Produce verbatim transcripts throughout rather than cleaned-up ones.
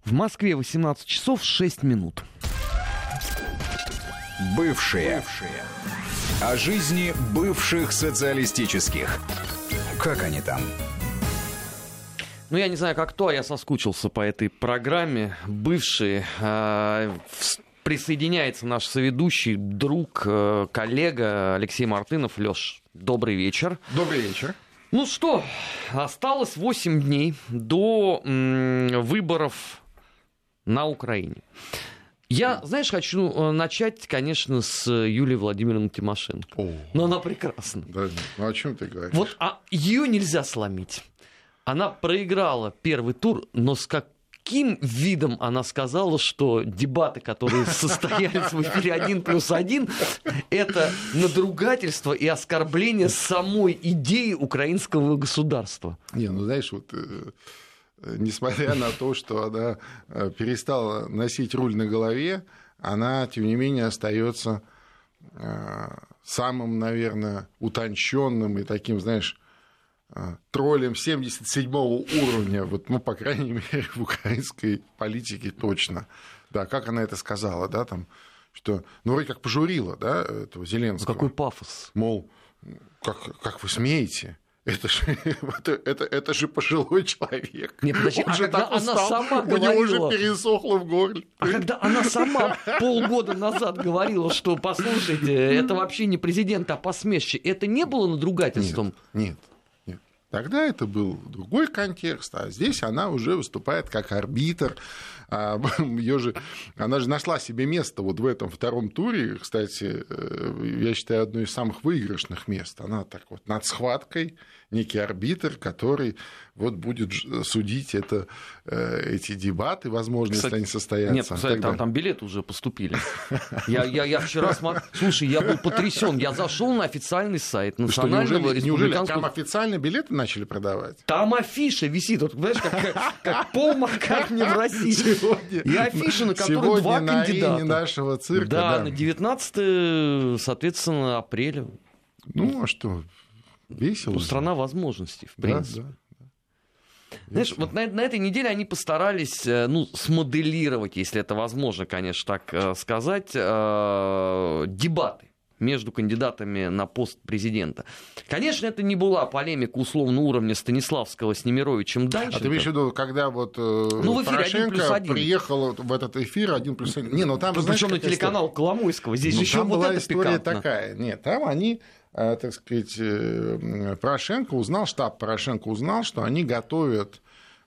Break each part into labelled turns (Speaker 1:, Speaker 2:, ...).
Speaker 1: В Москве восемнадцать часов шесть минут.
Speaker 2: Бывшие. Бывшие. О жизни бывших социалистических. Как они там?
Speaker 1: Ну, я не знаю, как то, а я соскучился по этой программе. Бывшие. Э, присоединяется наш соведущий, друг, э, коллега Алексей Мартынов. Лёш, добрый вечер.
Speaker 3: Добрый вечер.
Speaker 1: Ну что, осталось восемь дней до м- выборов на Украине. Я, знаешь, хочу начать, конечно, с Юлии Владимировны Тимошенко.
Speaker 3: О.
Speaker 1: Но она прекрасна.
Speaker 3: Да, ну о чем ты говоришь?
Speaker 1: Вот а ее нельзя сломить. Она проиграла первый тур, но с каким видом она сказала, что дебаты, которые состоялись в эфире один плюс один, это надругательство и оскорбление самой идеи украинского государства.
Speaker 3: Не, ну знаешь, вот несмотря на то, что она перестала носить руль на голове, она, тем не менее, остается самым, наверное, утонченным и таким, знаешь, троллем семьдесят седьмого уровня, вот, ну, по крайней мере, в украинской политике точно. Да, как она это сказала, да, там, что, ну, вроде как пожурила, да, этого Зеленского.
Speaker 1: Какой пафос.
Speaker 3: Мол, как, как вы смеете? Это же, это, это, это же пожилой человек.
Speaker 1: Нет, подожди,
Speaker 3: Он
Speaker 1: а
Speaker 3: же
Speaker 1: когда
Speaker 3: так устал,
Speaker 1: она сама
Speaker 3: у
Speaker 1: говорила...
Speaker 3: него уже пересохло в горле.
Speaker 1: А когда она сама полгода назад говорила, что, послушайте, это вообще не президент, а посмешище, это не было надругательством?
Speaker 3: Нет, нет. Тогда это был другой контекст, а здесь она уже выступает как арбитр. Её же, она же нашла себе место вот в этом втором туре. Кстати, я считаю, одно из самых выигрышных мест. Она так вот над схваткой, некий арбитр, который вот будет судить это, эти дебаты, возможно, кстати, если они состоятся.
Speaker 1: Нет, кстати, там, там билеты уже поступили. Я, я, я вчера смотрел... Слушай, я был потрясен. Я зашел на официальный сайт Национального
Speaker 3: что, неужели,
Speaker 1: республиканского...
Speaker 3: Неужели там официально билеты начали продавать?
Speaker 1: Там афиша висит. Вот, понимаешь, как, как, как Пол Маккартни в России.
Speaker 3: Сегодня,
Speaker 1: и афиша, на которой
Speaker 3: сегодня
Speaker 1: два
Speaker 3: на
Speaker 1: кандидата.
Speaker 3: Нашего цирка.
Speaker 1: Да,
Speaker 3: Да,
Speaker 1: на девятнадцатое, соответственно, апреля.
Speaker 3: Ну, а что... Весело.
Speaker 1: Ну, страна возможностей, в принципе. Да, да, да. Знаешь, вот на, на этой неделе они постарались, ну, смоделировать, если это возможно, конечно, так сказать, э, дебаты между кандидатами на пост президента. Конечно, это не была полемика условно уровня Станиславского с Немировичем Данченко.
Speaker 3: А ты имеешь в виду, когда вот ну, Порошенко приехал в этот эфир один плюс один? Не, ну там,
Speaker 1: причем на телеканал Коломойского. Здесь
Speaker 3: ну,
Speaker 1: же еще
Speaker 3: там
Speaker 1: вот
Speaker 3: была
Speaker 1: это
Speaker 3: история
Speaker 1: пикантно.
Speaker 3: Такая. Нет, там они, так сказать, Порошенко узнал, штаб Порошенко узнал, что они готовят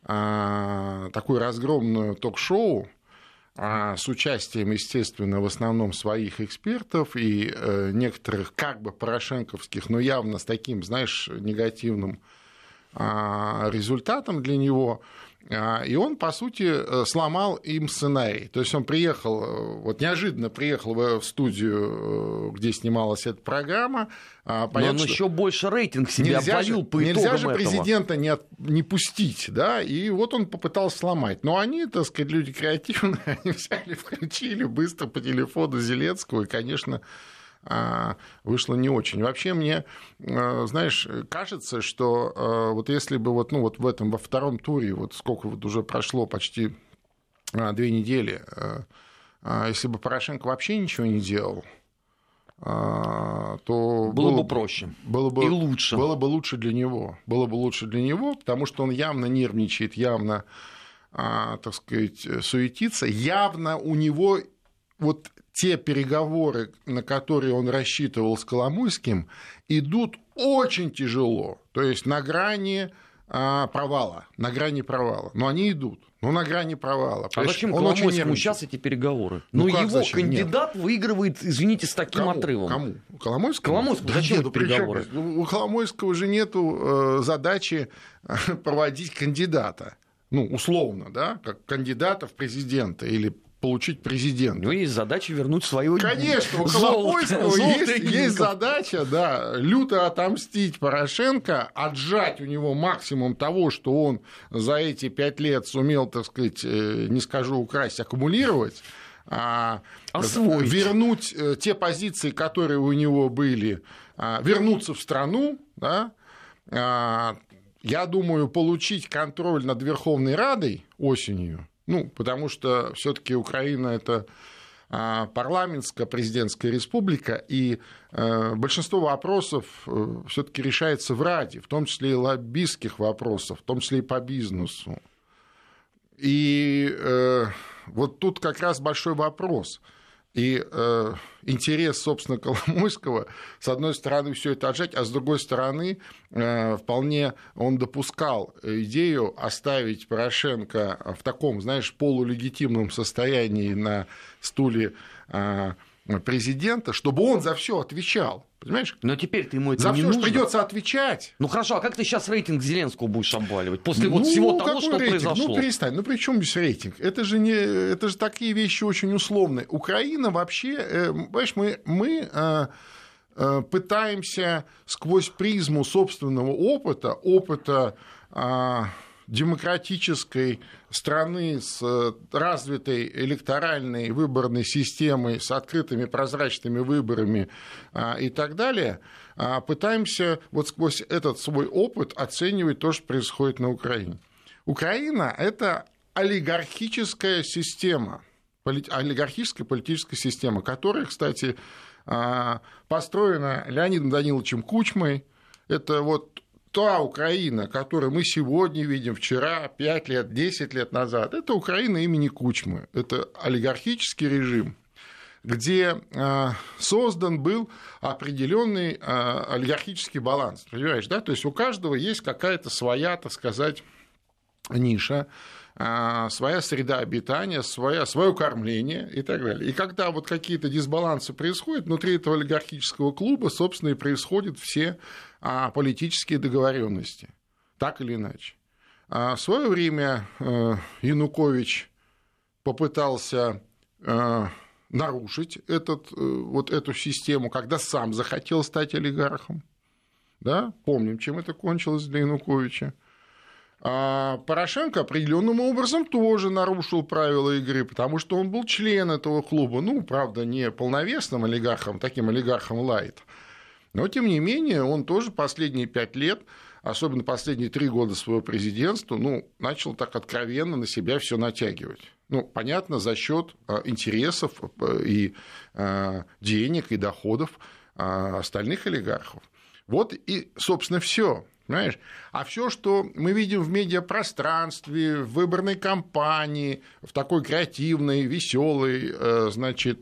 Speaker 3: такое разгромное ток-шоу с участием, естественно, в основном своих экспертов и э, некоторых как бы порошенковских, но явно с таким, знаешь, негативным э, результатом для него. И он, по сути, сломал им сценарий. То есть он приехал, вот неожиданно приехал в студию, где снималась эта программа.
Speaker 1: Понятно, но он что еще больше рейтинг себе обвалил по итогам
Speaker 3: Нельзя же
Speaker 1: этого.
Speaker 3: Президента не, от, не пустить, да, и вот он попытался сломать. Но они, так сказать, люди креативные, они взяли, включили быстро по телефону Зеленского, и, конечно, вышло не очень. Вообще мне, знаешь, кажется, что вот если бы вот, ну, вот в этом, во втором туре, вот сколько вот уже прошло, почти две недели, если бы Порошенко вообще ничего не делал, то
Speaker 1: было, было бы проще
Speaker 3: было бы,
Speaker 1: и лучше.
Speaker 3: Было бы лучше для него. Было бы лучше для него, потому что он явно нервничает, явно, так сказать, суетится, явно у него вот те переговоры, на которые он рассчитывал с Коломойским, идут очень тяжело, то есть на грани провала, на грани провала, но они идут, но на грани провала.
Speaker 1: А зачем Коломойскому сейчас эти переговоры? Ну, ну его зачем? Кандидат Нет. выигрывает, извините, с таким
Speaker 3: Кому?
Speaker 1: отрывом.
Speaker 3: Кому? Коломойскому?
Speaker 1: Коломойскому? Да зачем эти переговоры?
Speaker 3: У Коломойского же нету задачи проводить кандидата, ну, условно, да, как кандидата в президенты или получить президента.
Speaker 1: Ну, есть задача вернуть свое
Speaker 3: Конечно, у Коломойского есть, есть задача, да, люто отомстить Порошенко, отжать у него максимум того, что он за эти пять лет сумел, так сказать, не скажу украсть, аккумулировать,
Speaker 1: освоить.
Speaker 3: Вернуть те позиции, которые у него были, вернуться в страну, да, я думаю, получить контроль над Верховной Радой осенью, Ну, потому что все-таки Украина это парламентская президентская республика, и большинство вопросов все-таки решается в Раде, в том числе и лоббистских вопросов, в том числе и по бизнесу. И вот тут как раз большой вопрос. И э, интерес, собственно, Коломойского, с одной стороны, все это отжать, а с другой стороны, э, вполне он допускал идею оставить Порошенко в таком, знаешь, полулегитимном состоянии на стуле э, президента, чтобы он за все отвечал. Понимаешь?
Speaker 1: Но теперь ты ему это
Speaker 3: за
Speaker 1: не
Speaker 3: все
Speaker 1: нужно.
Speaker 3: Придется отвечать.
Speaker 1: Ну хорошо, а как ты сейчас рейтинг Зеленского будешь обваливать после
Speaker 3: ну,
Speaker 1: вот всего того, что
Speaker 3: рейтинг?
Speaker 1: произошло?
Speaker 3: Ну перестань, ну при чем здесь рейтинг? Это же, не, это же такие вещи очень условные. Украина вообще, э, понимаешь, мы, мы э, э, пытаемся сквозь призму собственного опыта, опыта э, демократической страны с развитой электоральной выборной системой, с открытыми прозрачными выборами и так далее, пытаемся вот сквозь этот свой опыт оценивать то, что происходит на Украине. Украина – это олигархическая система, олигархическая политическая система, которая, кстати, построена Леонидом Даниловичем Кучмой. Это вот та Украина, которую мы сегодня видим, вчера, пять лет, десять лет назад, это Украина имени Кучмы. Это олигархический режим, где создан был определенный олигархический баланс. Понимаешь, да? То есть у каждого есть какая-то своя, так сказать, ниша, своя среда обитания, своя, свое кормление и так далее. И когда вот какие-то дисбалансы происходят, внутри этого олигархического клуба, собственно, и происходят все политические договоренности, так или иначе. В свое время Янукович попытался нарушить этот, вот эту систему, когда сам захотел стать олигархом. Да? Помним, чем это кончилось для Януковича. А Порошенко определенным образом тоже нарушил правила игры, потому что он был член этого клуба. Ну, правда, не полновесным олигархом, таким олигархом лайт. Но, тем не менее, он тоже последние пять лет, особенно последние три года своего президентства, ну, начал так откровенно на себя все натягивать. Ну, понятно, за счет интересов и денег, и доходов остальных олигархов. Вот и, собственно, все. Понимаешь? А все, что мы видим в медиапространстве, в выборной кампании, в такой креативной, веселой, значит,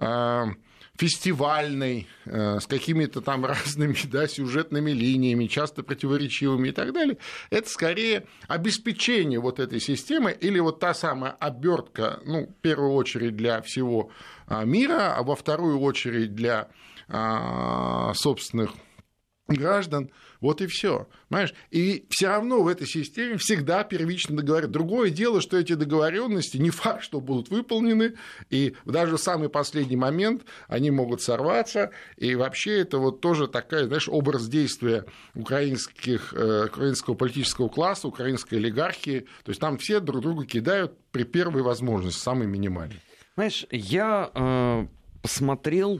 Speaker 3: фестивальной, с какими-то там разными, да, сюжетными линиями, часто противоречивыми и так далее, это скорее обеспечение вот этой системы или вот та самая обертка, ну, в первую очередь для всего мира, а во вторую очередь для собственных граждан, вот и все, понимаешь? И все равно в этой системе всегда первично договоренность. Другое дело, что эти договоренности не факт, что будут выполнены, и даже в самый последний момент они могут сорваться, и вообще это вот тоже такая, знаешь, образ действия украинских, украинского политического класса, украинской олигархии, то есть там все друг друга кидают при первой возможности, самой минимальной.
Speaker 1: Знаешь, я э, посмотрел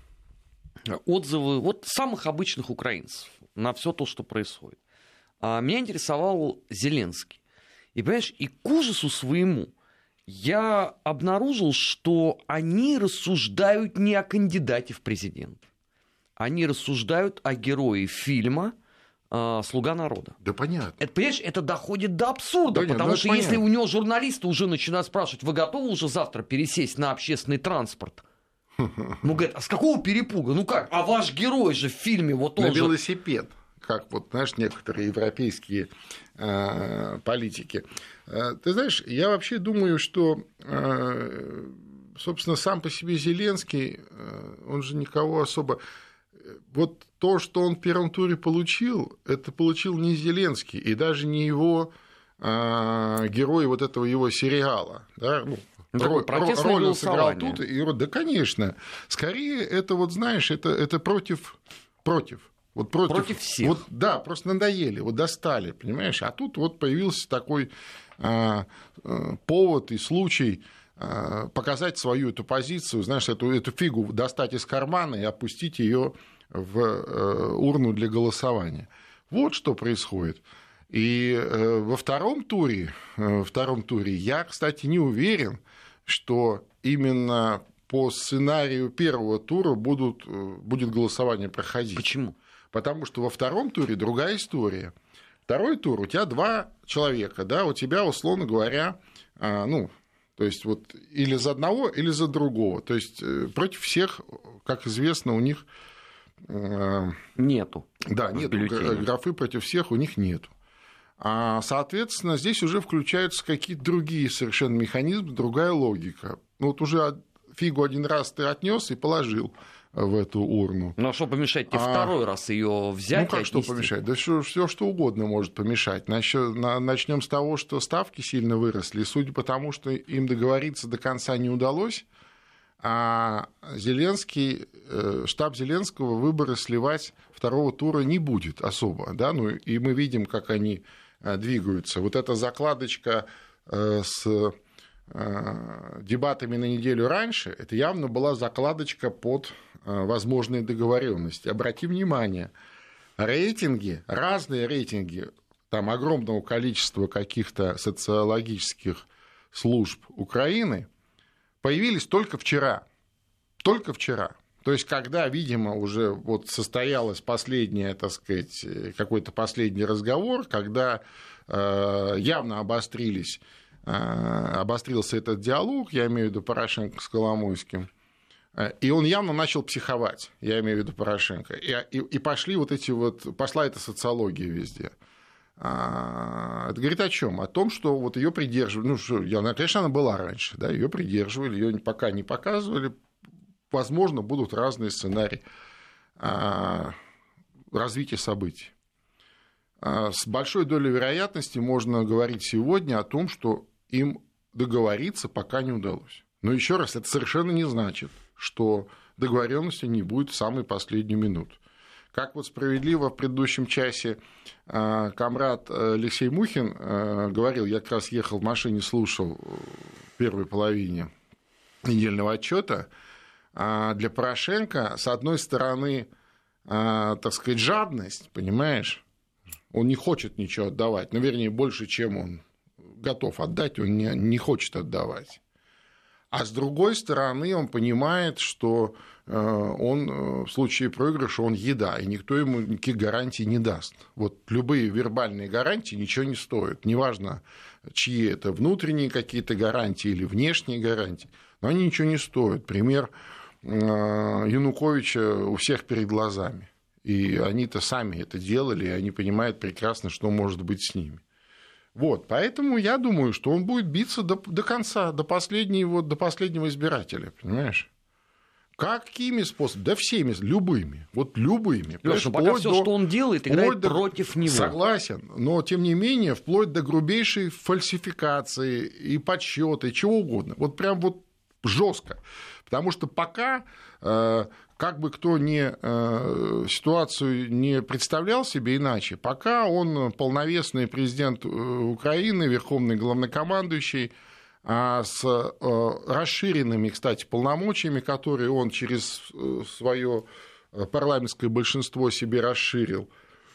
Speaker 1: отзывы вот самых обычных украинцев на все то, что происходит. Меня интересовал Зеленский. И, понимаешь, и к ужасу своему я обнаружил, что они рассуждают не о кандидате в президенты. Они рассуждают о герое фильма «Слуга народа».
Speaker 3: Да понятно.
Speaker 1: Это, понимаешь, это доходит до абсурда,
Speaker 3: да
Speaker 1: потому
Speaker 3: нет,
Speaker 1: что
Speaker 3: понятно.
Speaker 1: Если у него журналисты уже начинают спрашивать, вы готовы уже завтра пересесть на общественный транспорт? Ну, говорят, а с какого перепуга? Ну как? А ваш герой же в фильме, вот он
Speaker 3: на
Speaker 1: же...
Speaker 3: велосипед, как вот, знаешь, некоторые европейские э, политики. Э, ты знаешь, я вообще думаю, что, э, собственно, сам по себе Зеленский, э, он же никого особо... Вот то, что он в первом туре получил, это получил не Зеленский, и даже не его э, герой вот этого его сериала, да, ну,
Speaker 1: Такое протестное
Speaker 3: роль он сыграл
Speaker 1: голосование.
Speaker 3: тут, и, да, конечно. Скорее, это вот, знаешь, это, это против, против. Вот против,
Speaker 1: против всех.
Speaker 3: Вот, да, просто надоели, вот достали, понимаешь? А тут вот появился такой а, а, повод и случай а, показать свою эту позицию, знаешь, эту, эту фигу достать из кармана и опустить ее в а, урну для голосования. Вот что происходит. И во втором туре, во втором туре я, кстати, не уверен, что именно по сценарию первого тура будут, будет голосование проходить.
Speaker 1: Почему?
Speaker 3: Потому что во втором туре другая история. Второй тур, у тебя два человека, да, у тебя, условно говоря, ну, то есть вот или за одного, или за другого. То есть против всех, как известно, у них...
Speaker 1: Нету.
Speaker 3: Да, нет, графы против всех у них нету. А, соответственно, здесь уже включаются какие-то другие совершенно механизмы, другая логика. Ну, вот уже фигу один раз ты отнес и положил в эту урну.
Speaker 1: Ну, а что помешает тебе а... второй раз ее взять?
Speaker 3: Ну, как что помешать? Да все, все что угодно может помешать. Начнем с того, что ставки сильно выросли, и судя по тому, что им договориться до конца не удалось, а Зеленский, штаб Зеленского выборы сливать второго тура не будет особо. Да? Ну, и мы видим, как они двигаются. Вот эта закладочка с дебатами на неделю раньше, это явно была закладочка под возможные договоренности. Обрати внимание, рейтинги, разные рейтинги, там огромного количества каких-то социологических служб Украины появились только вчера. Только вчера. То есть, когда, видимо, уже вот состоялось последнее, так сказать, какой-то последний разговор, когда э, явно обострились, э, обострился этот диалог, я имею в виду Порошенко с Коломойским, э, и он явно начал психовать, я имею в виду Порошенко, и, и, и пошли вот эти вот, пошла эта социология везде. Это говорит о чем? О том, что вот ее придерживали. Ну, что, она, конечно, она была раньше, да, ее придерживали, ее пока не показывали. Возможно, будут разные сценарии развития событий. С большой долей вероятности можно говорить сегодня о том, что им договориться пока не удалось. Но еще раз, это совершенно не значит, что договоренности не будет в самую последнюю минуту. Как вот справедливо в предыдущем часе комрад Алексей Мухин говорил, я как раз ехал в машине, слушал в первой половине недельного отчета, для Порошенко, с одной стороны, так сказать, жадность, понимаешь, он не хочет ничего отдавать, ну, вернее, больше, чем он готов отдать, он не, не хочет отдавать. А с другой стороны, он понимает, что он в случае проигрыша он еда, и никто ему никаких гарантий не даст. Вот любые вербальные гарантии ничего не стоят. Неважно, чьи это внутренние какие-то гарантии или внешние гарантии, но они ничего не стоят. Пример Януковича у всех перед глазами. И они-то сами это делали, и они понимают прекрасно, что может быть с ними. Вот, поэтому я думаю, что он будет биться до, до конца, до последнего, до последнего избирателя, понимаешь? Какими способами? Да всеми, любыми. Вот любыми.
Speaker 1: Леша, пока все, до... что он делает, играет до... против него.
Speaker 3: Согласен, но тем не менее, вплоть до грубейшей фальсификации и подсчета, и чего угодно. Вот прям вот жестко. Потому что пока, как бы кто ни ситуацию не представлял себе иначе, пока он полновесный президент Украины, верховный главнокомандующий, с расширенными, кстати, полномочиями, которые он через свое парламентское большинство себе расширил.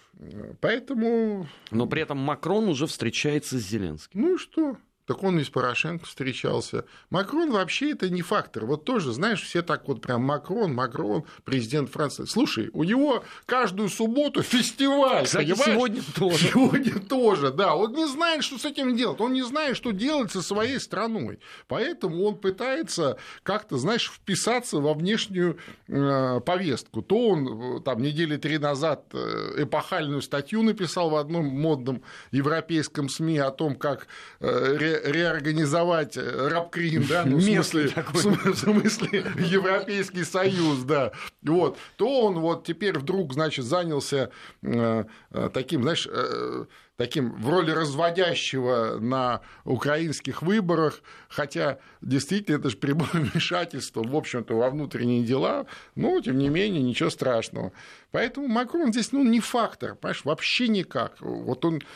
Speaker 3: Поэтому...
Speaker 1: Но при этом Макрон уже встречается с Зеленским.
Speaker 3: Ну и что? Так он и с Порошенко встречался. Макрон вообще это не фактор. Вот тоже, знаешь, все так вот прям Макрон, Макрон, президент Франции. Слушай, у него каждую субботу фестиваль,
Speaker 1: кстати,
Speaker 3: понимаешь?
Speaker 1: Сегодня тоже.
Speaker 3: Сегодня тоже, да. Он не знает, что с этим делать. Он не знает, что делать со своей страной. Поэтому он пытается как-то, знаешь, вписаться во внешнюю э, повестку. То он там недели три назад эпохальную статью написал в одном модном европейском СМИ о том, как э, реорганизовать рабкрин, да, ну, в, смысле, в смысле Европейский Союз, да, вот, то он вот теперь вдруг, значит, занялся э, таким, знаешь, э, таким в роли разводящего на украинских выборах, хотя действительно это же прямое вмешательство, в общем-то, во внутренние дела, но, тем не менее, ничего страшного. Поэтому Макрон здесь, ну, не фактор, понимаешь, вообще никак. Вот он,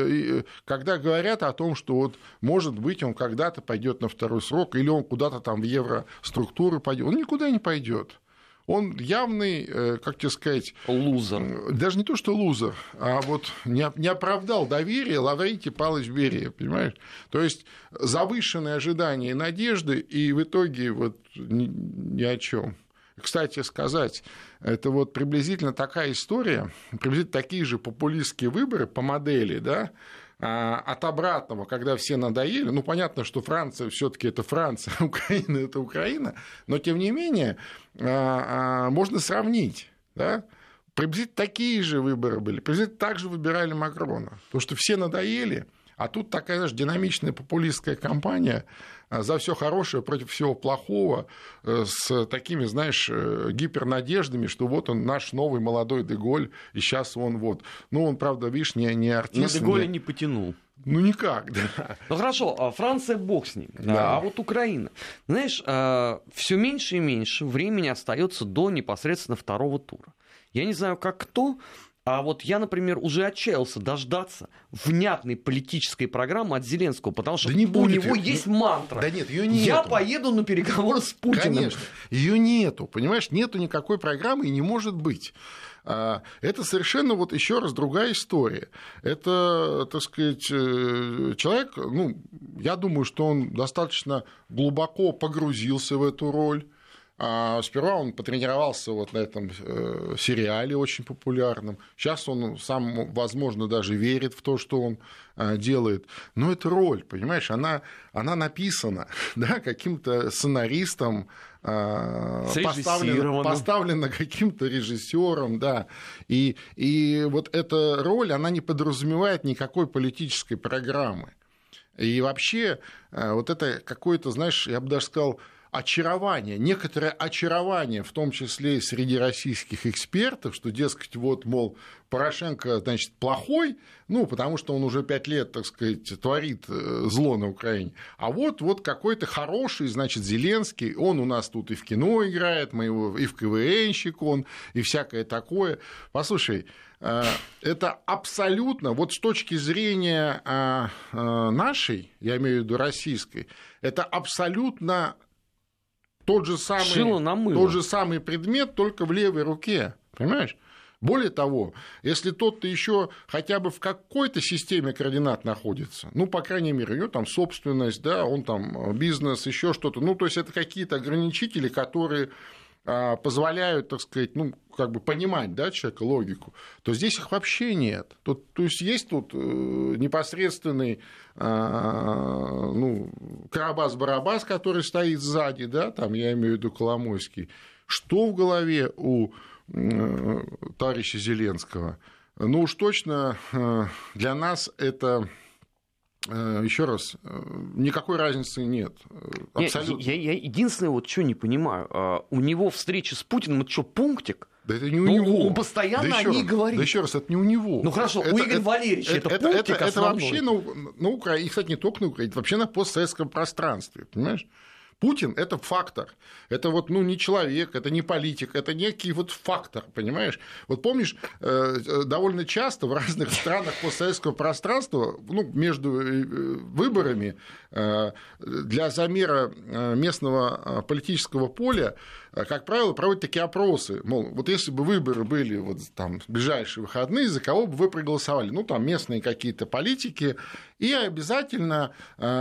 Speaker 3: когда говорят о том, что вот, может быть, он когда-то пойдет на второй срок, или он куда-то там в евроструктуру пойдет, он никуда не пойдет. Он явный, как тебе сказать...
Speaker 1: Лузер.
Speaker 3: Даже не то, что лузер, а вот не оправдал доверие Лаврентий Павлович Берия, понимаешь? То есть завышенные ожидания и надежды, и в итоге вот ни, ни о чем. Кстати сказать, это вот приблизительно такая история, приблизительно такие же популистские выборы по модели, да, от обратного, когда все надоели, ну, понятно, что Франция все-таки это Франция, Украина это Украина, но, тем не менее, можно сравнить, да, приблизительно такие же выборы были, приблизительно так же выбирали Макрона, потому что все надоели, а тут такая, знаешь, динамичная популистская кампания за все хорошее против всего плохого, с такими, знаешь, гипернадеждами, что вот он наш новый молодой Деголь, и сейчас он вот. Ну, он, правда, видишь, не, не артист.
Speaker 1: Но Деголя не потянул.
Speaker 3: Ну, никак, да.
Speaker 1: Ну, хорошо, Франция бог с ним, да. А вот Украина. Знаешь, все меньше и меньше времени остается до непосредственно второго тура. Я не знаю, как кто... А вот я, например, уже отчаялся дождаться внятной политической программы от Зеленского, потому что да не у него ее... есть мантра.
Speaker 3: Да нет, ее нету.
Speaker 1: Я поеду на переговоры с Путиным.
Speaker 3: Конечно, ее нету, понимаешь, нету никакой программы и не может быть. Это совершенно, вот еще раз, другая история. Это, так сказать, человек, ну, я думаю, что он достаточно глубоко погрузился в эту роль. Сперва он потренировался вот на этом сериале очень популярном. Сейчас он сам, возможно, даже верит в то, что он делает. Но это роль, понимаешь, она, она написана, да, каким-то сценаристом, поставлена, поставлена каким-то режиссером, да. И, и вот эта роль, она не подразумевает никакой политической программы. И вообще вот это какое-то, знаешь, я бы даже сказал, очарование, некоторое очарование, в том числе и среди российских экспертов, что, дескать, вот, мол, Порошенко, значит, плохой, ну, потому что он уже пять лет, так сказать, творит зло на Украине, а вот, вот какой-то хороший, значит, Зеленский, он у нас тут и в кино играет, мы его, и в КВНщик он, и всякое такое. Послушай, это абсолютно, вот с точки зрения нашей, я имею в виду российской, это абсолютно тот же самый, тот же самый предмет, только в левой руке, понимаешь? Более того, если тот-то еще хотя бы в какой-то системе координат находится, ну, по крайней мере, у него там собственность, да, он там бизнес, еще что-то, ну, то есть это какие-то ограничители, которые позволяют, так сказать, ну, как бы понимать, да, человека логику, то здесь их вообще нет. Тут, то есть есть тут непосредственный, ну, Карабас-Барабас, который стоит сзади, да, там я имею в виду Коломойский. Что в голове у товарища Зеленского? Ну уж точно для нас это... Еще раз, никакой разницы нет. Абсолютно.
Speaker 1: Я, я, я единственное, вот что не понимаю, у него встреча с Путиным, это что, пунктик?
Speaker 3: Да это не у
Speaker 1: ну,
Speaker 3: него.
Speaker 1: Он постоянно
Speaker 3: да
Speaker 1: о ней
Speaker 3: раз,
Speaker 1: говорит.
Speaker 3: Да еще раз, это не у него.
Speaker 1: Ну хорошо,
Speaker 3: это,
Speaker 1: у Игоря
Speaker 3: это,
Speaker 1: Валерьевича это, это пунктик
Speaker 3: это, это
Speaker 1: основной.
Speaker 3: вообще на, на Украине, и, кстати, не только на Украине, это вообще на постсоветском пространстве, понимаешь? Путин – это фактор, это вот, ну, не человек, это не политик, это некий вот фактор, понимаешь? Вот помнишь, довольно часто в разных странах постсоветского пространства, ну, между выборами для замера местного политического поля, как правило, проводят такие опросы, мол, вот если бы выборы были вот там в ближайшие выходные, за кого бы вы проголосовали? Ну, там местные какие-то политики, и обязательно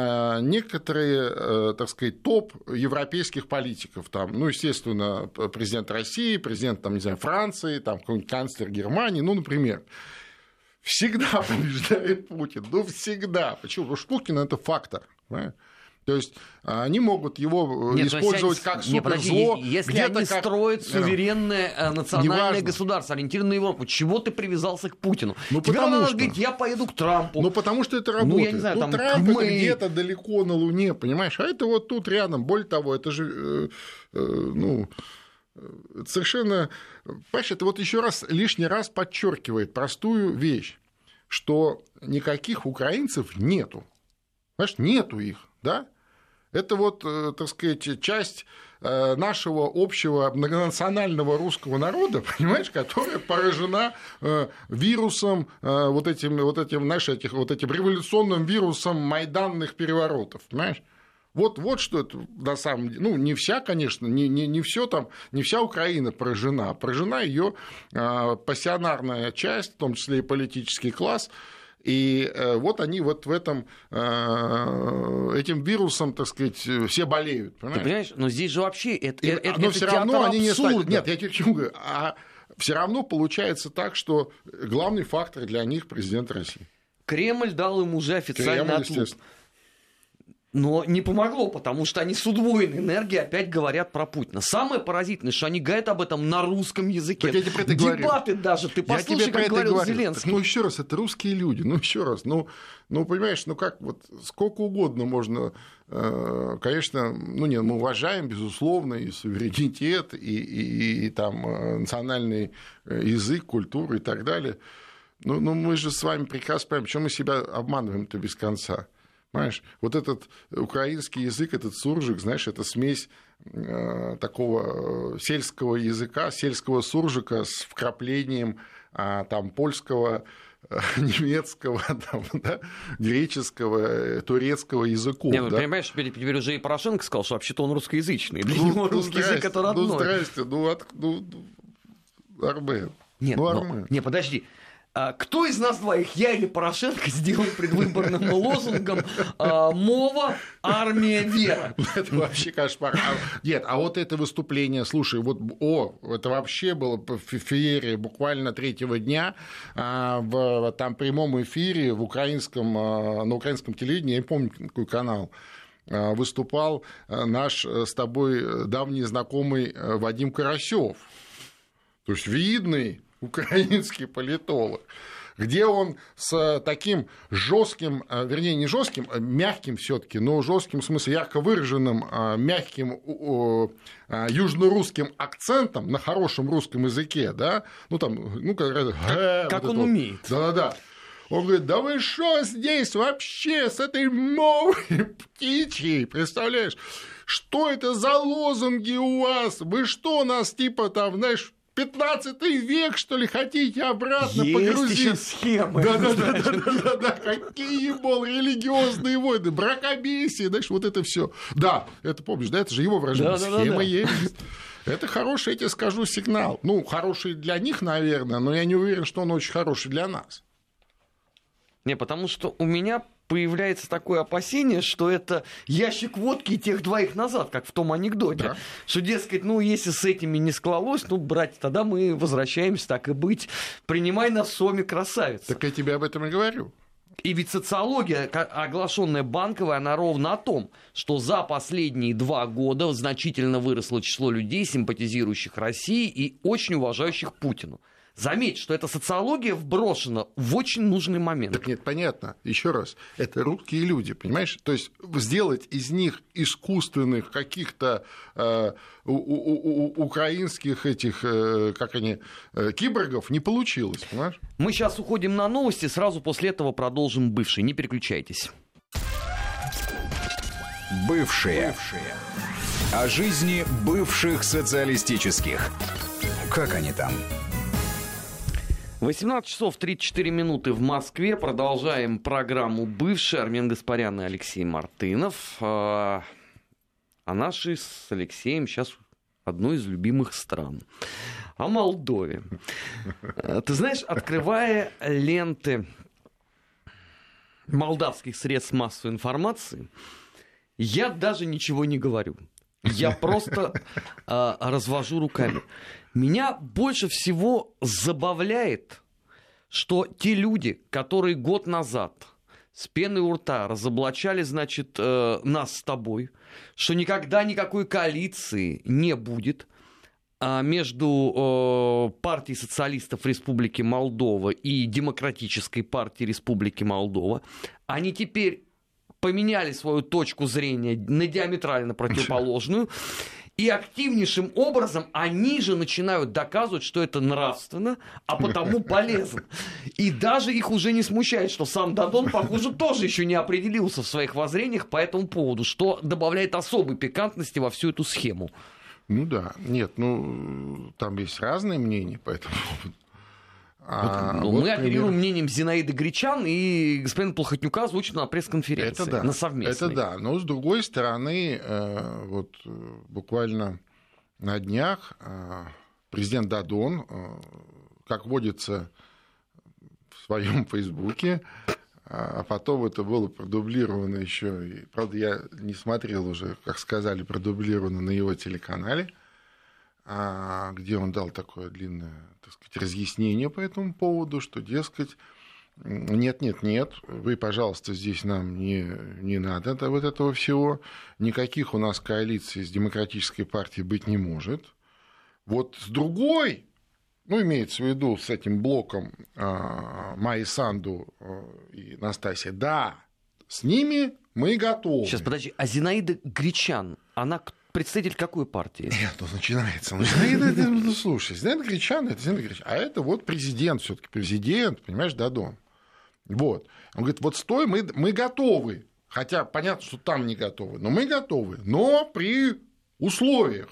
Speaker 3: некоторые, так сказать, топ европейских политиков, там, ну, естественно, президент России, президент, там, не знаю, Франции, там, какой-нибудь канцлер Германии, ну, например. Всегда побеждает Путин, ну, всегда. Почему? Потому что Путин – это фактор, понимаешь? То есть они могут его Нет, использовать они, как суперзло.
Speaker 1: Нет, если они как... строят суверенное национальное Неважно. государство, ориентированное на Европу, чего ты привязался к Путину?
Speaker 3: Ну,
Speaker 1: Тебе
Speaker 3: потому
Speaker 1: надо
Speaker 3: что...
Speaker 1: говорить, я поеду к Трампу.
Speaker 3: Ну, потому что это работает.
Speaker 1: Ну, я не знаю,
Speaker 3: ну,
Speaker 1: там
Speaker 3: Трамп
Speaker 1: мы...
Speaker 3: это где-то далеко на Луне, понимаешь? А это вот тут рядом. Более того, это же, э, э, ну... Это совершенно... Понимаешь, это вот еще раз, лишний раз подчеркивает простую вещь, что никаких украинцев нету. Понимаешь, нету их, да? Это вот, так сказать, часть нашего общего многонационального русского народа, понимаешь, которая поражена вирусом, вот этим, вот этим, знаешь, этих, вот этим революционным вирусом майданных переворотов, понимаешь? Вот, вот что это на самом деле. Ну, не вся, конечно, не, не, не все там, не вся Украина поражена. Поражена ее э, пассионарная часть, в том числе и политический класс. И э, вот они вот в этом, э, этим вирусом, так сказать, все болеют. Понимаешь?
Speaker 1: Ты понимаешь, но здесь же вообще это,
Speaker 3: И,
Speaker 1: это,
Speaker 3: но
Speaker 1: это
Speaker 3: все равно они не
Speaker 1: абсурда.
Speaker 3: стали. Нет, я тебе почему говорю, а все равно получается так, что главный фактор для них президент России.
Speaker 1: Кремль дал им уже официальный
Speaker 3: Кремль,
Speaker 1: отлуп. Но не помогло, потому что они с удвоенной энергией опять говорят про Путина. Самое поразительное, что они говорят об этом на русском языке.
Speaker 3: Так я тебе про это говорю.
Speaker 1: Дебаты даже. Ты
Speaker 3: Я
Speaker 1: послушай,
Speaker 3: тебе про
Speaker 1: как
Speaker 3: это
Speaker 1: говорил
Speaker 3: говорю.
Speaker 1: Зеленский.
Speaker 3: Так, ну, еще раз, это русские люди. Ну, еще раз. Ну, ну, понимаешь, ну как вот сколько угодно можно. Э, конечно, ну нет, мы уважаем, безусловно, и суверенитет, и, и, и там национальный язык, культуру и так далее. Но, но мы же с вами прекрасно понимаем, почему мы себя обманываем-то без конца. Понимаешь, вот этот украинский язык, этот суржик, знаешь, это смесь э, такого сельского языка, сельского суржика с вкраплением э, там, польского, э, немецкого, там, да, греческого, турецкого языков.
Speaker 1: Не, ну,
Speaker 3: да?
Speaker 1: понимаешь, теперь, теперь уже и Порошенко сказал, что вообще-то он русскоязычный. Для
Speaker 3: ну,
Speaker 1: него
Speaker 3: ну,
Speaker 1: русский язык это родной.
Speaker 3: Ну, здрасте, ну, от, ну, Армен.
Speaker 1: Нет,
Speaker 3: ну,
Speaker 1: но,
Speaker 3: Армен.
Speaker 1: не, подожди. А кто из нас двоих, я или Порошенко, сделал предвыборным лозунгом а, «Мова, армия, вера»?
Speaker 3: Это вообще кошмар. Нет, а вот это выступление, слушай, вот, о, это вообще было в феерии буквально третьего дня в там прямом эфире в украинском, на украинском телевидении, я не помню, какой канал, выступал наш с тобой давний знакомый Вадим Карасёв. То есть видный украинский политолог, где он с таким жестким, вернее, не жестким, а мягким все-таки, но жестким в смысле ярко выраженным, мягким южнорусским акцентом на хорошем русском языке, да, ну там, ну как,
Speaker 1: как, как вот он умеет.
Speaker 3: Да-да-да. Он говорит, да вы что здесь вообще с этой мовой птичьей, представляешь? Что это за лозунги у вас? Вы что, нас типа там, знаешь, пятнадцатый век, что ли, хотите обратно
Speaker 1: есть
Speaker 3: погрузить?
Speaker 1: Еще схемы.
Speaker 3: Да-да-да, какие, мол, религиозные войны, бракобесие, знаешь, вот это все. Да, это помнишь, да, это же его выражение, схема есть. Это хороший, я тебе скажу, сигнал. Ну, хороший для них, наверное, но я не уверен, что он очень хороший для нас.
Speaker 1: Не, потому что у меня появляется такое опасение, что это ящик водки тех двоих назад, как в том анекдоте. Да. Что, дескать, ну, если с этими не склалось, ну, братья, тогда мы возвращаемся, так и быть. Принимай нас в соме, красавица.
Speaker 3: Так я тебе об этом и говорю.
Speaker 1: И ведь социология, оглашенная Банковой, она ровно о том, что за последние два года значительно выросло число людей, симпатизирующих России и очень уважающих Путину. Заметь, что эта социология вброшена в очень нужный момент.
Speaker 3: Так нет, понятно. Еще раз, это русские люди, понимаешь? То есть сделать из них искусственных каких-то э, у, у, у, украинских этих, э, как они, э, киборгов не получилось, понимаешь?
Speaker 1: Мы сейчас уходим на новости, сразу после этого продолжим «Бывшие». Не переключайтесь.
Speaker 2: Бывшие. Бывшие. О жизни бывших социалистических. Как они там?
Speaker 1: восемнадцать часов тридцать четыре минуты в Москве. Продолжаем программу «Бывшие». Армен Гаспарян и Алексей Мартынов. А наши с Алексеем сейчас одной из любимых стран. О Молдове. Ты знаешь, открывая ленты молдавских средств массовой информации, я даже ничего не говорю. Я просто а, развожу руками. Меня больше всего забавляет, что те люди, которые год назад с пеной у рта разоблачали, значит, э, нас с тобой, что никогда никакой коалиции не будет а между э, партией социалистов Республики Молдова и Демократической партией Республики Молдова, они теперь поменяли свою точку зрения на диаметрально противоположную. И активнейшим образом они же начинают доказывать, что это нравственно, а потому полезно. И даже их уже не смущает, что сам Дадон, похоже, тоже еще не определился в своих воззрениях по этому поводу, что добавляет особой пикантности во всю эту схему.
Speaker 3: Ну да, нет, ну там есть разные мнения по этому поводу.
Speaker 1: А, вот, ну, вот, мы оперируем пример... мнением Зинаиды Гречан, и господин Плохотнюка озвучено на пресс-конференции,
Speaker 3: это да,
Speaker 1: на совместной.
Speaker 3: Это да, но с другой стороны, вот буквально на днях президент Дадон, как водится в своем Фейсбуке, а потом это было продублировано еще, и, правда, я не смотрел уже, как сказали, продублировано на его телеканале, где он дал такое длинное, так сказать, разъяснение по этому поводу, что, дескать, нет, нет, нет, вы, пожалуйста, здесь нам не, не надо вот этого всего, никаких у нас коалиций с Демократической партией быть не может. Вот с другой, ну, имеется в виду с этим блоком Майи Санду и Настасья, да, с ними мы готовы.
Speaker 1: Сейчас, подожди, а Зинаида Гречан, она кто? Представитель какой партии?
Speaker 3: Нет, ну начинается. начинается ну, слушай, Зинаида Гречан, это Зинаида Гречан. А это вот президент, все-таки президент, понимаешь, Дадон. Вот. Он говорит, вот стой, мы, мы готовы. Хотя понятно, что там не готовы, но мы готовы. Но при условиях,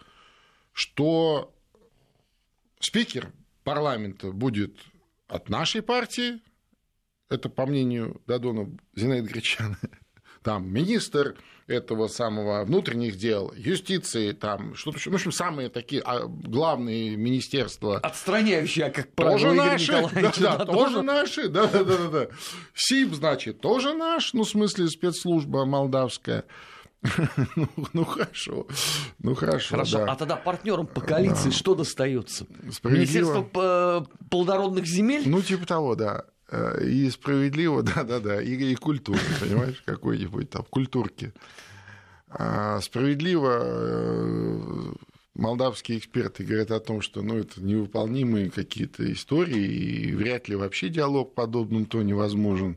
Speaker 3: что спикер парламента будет от нашей партии, это, по мнению Дадона, Зинаида Гречан, там министр этого самого внутренних дел, юстиции, там, что-то, ну, в общем, самые такие главные министерства.
Speaker 1: Отстраняющие, как правило,
Speaker 3: тоже
Speaker 1: Игорь
Speaker 3: наши,
Speaker 1: Николаевич.
Speaker 3: Да, да, тоже наши, да, да, да, да. СИП, значит, тоже наш, ну, в смысле, спецслужба молдавская. Ну, ну хорошо, ну хорошо.
Speaker 1: Хорошо,
Speaker 3: да.
Speaker 1: А тогда партнерам по коалиции да. что достается?
Speaker 3: Справедливо.
Speaker 1: Министерство плодородных земель?
Speaker 3: Ну, типа того, да. И справедливо, да-да-да, и, и культура, понимаешь, какой-нибудь там, культурки. А справедливо молдавские эксперты говорят о том, что ну, это невыполнимые какие-то истории, и вряд ли вообще диалог в подобном тоне возможен.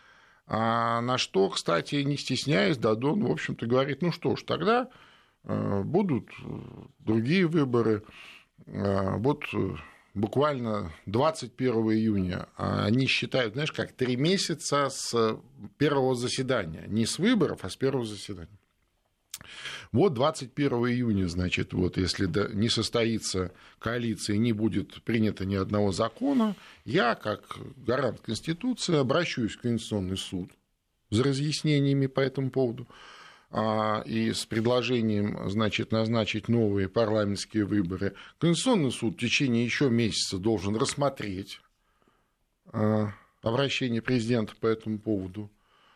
Speaker 3: А на что, кстати, не стесняясь, Дадон, в общем-то, говорит, ну что ж, тогда будут другие выборы, вот... Буквально двадцать первого июня они считают, знаешь, как три месяца с первого заседания. Не с выборов, а с первого заседания. Вот двадцать первого июня, значит, вот если не состоится коалиция, не будет принято ни одного закона, я, как гарант Конституции, обращусь в Конституционный суд за разъяснениями по этому поводу. И с предложением, значит, назначить новые парламентские выборы. Конституционный суд в течение еще месяца должен рассмотреть обращение президента по этому поводу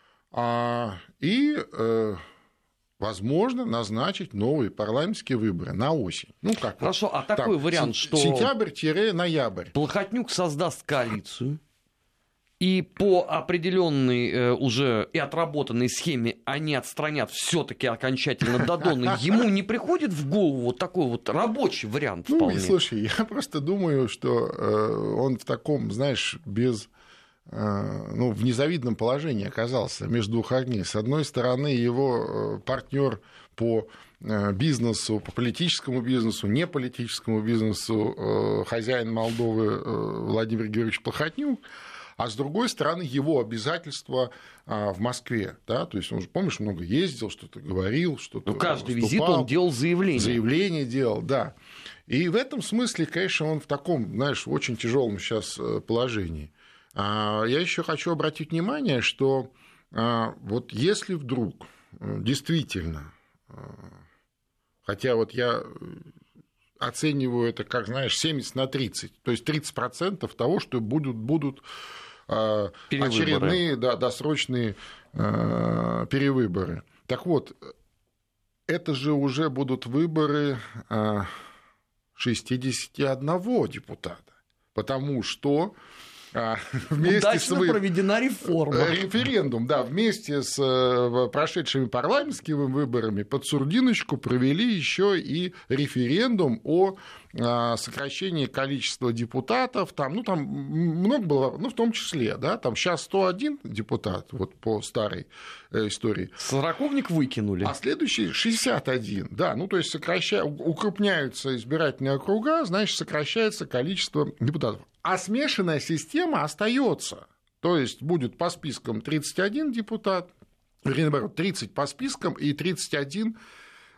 Speaker 3: и, возможно, назначить новые парламентские выборы на осень. Ну, как
Speaker 1: Хорошо, а такой
Speaker 3: так,
Speaker 1: вариант, что...
Speaker 3: Сентябрь-ноябрь.
Speaker 1: Плохотнюк создаст коалицию, и по определенной э, уже и отработанной схеме они отстранят все-таки окончательно Дадона. Ему не приходит в голову вот такой вот рабочий вариант вполне?
Speaker 3: Ну, слушай, я просто думаю, что э, он в таком, знаешь, без... Э, ну, в незавидном положении оказался между двух огней. С одной стороны, его партнер по бизнесу, по политическому бизнесу, не политическому бизнесу, э, хозяин Молдовы э, Владимир Георгиевич Плохотнюк, а с другой стороны, его обязательства в Москве. Да? То есть он же, помнишь, много ездил, что-то говорил, что-то.
Speaker 1: Ну, каждый
Speaker 3: выступал,
Speaker 1: визит он делал заявление.
Speaker 3: Заявление делал, да. И в этом смысле, конечно, он в таком, знаешь, очень тяжелом сейчас положении. Я еще хочу обратить внимание, что вот если вдруг действительно, хотя вот я оцениваю это, как, знаешь, семьдесят на тридцать, то есть тридцать процентов того, что будут, будут очередные да, досрочные э, перевыборы. Так вот, это же уже будут выборы э, шестьдесят один депутата, потому что э, вместе
Speaker 1: удачно
Speaker 3: с вы...
Speaker 1: проведена реформа.
Speaker 3: Референдум, да, вместе с э, прошедшими парламентскими выборами под сурдиночку провели еще и референдум о сокращение количества депутатов, там, ну, там много было, ну, в том числе, да, там сейчас сто один депутат, вот по старой истории.
Speaker 1: Сороковник выкинули.
Speaker 3: А следующий шестьдесят один, да, ну, то есть сокраща... укрупняются избирательные округа, значит, сокращается количество депутатов. А смешанная система остается, то есть будет по спискам тридцать один депутат, вернее, наоборот, тридцать по спискам и тридцать один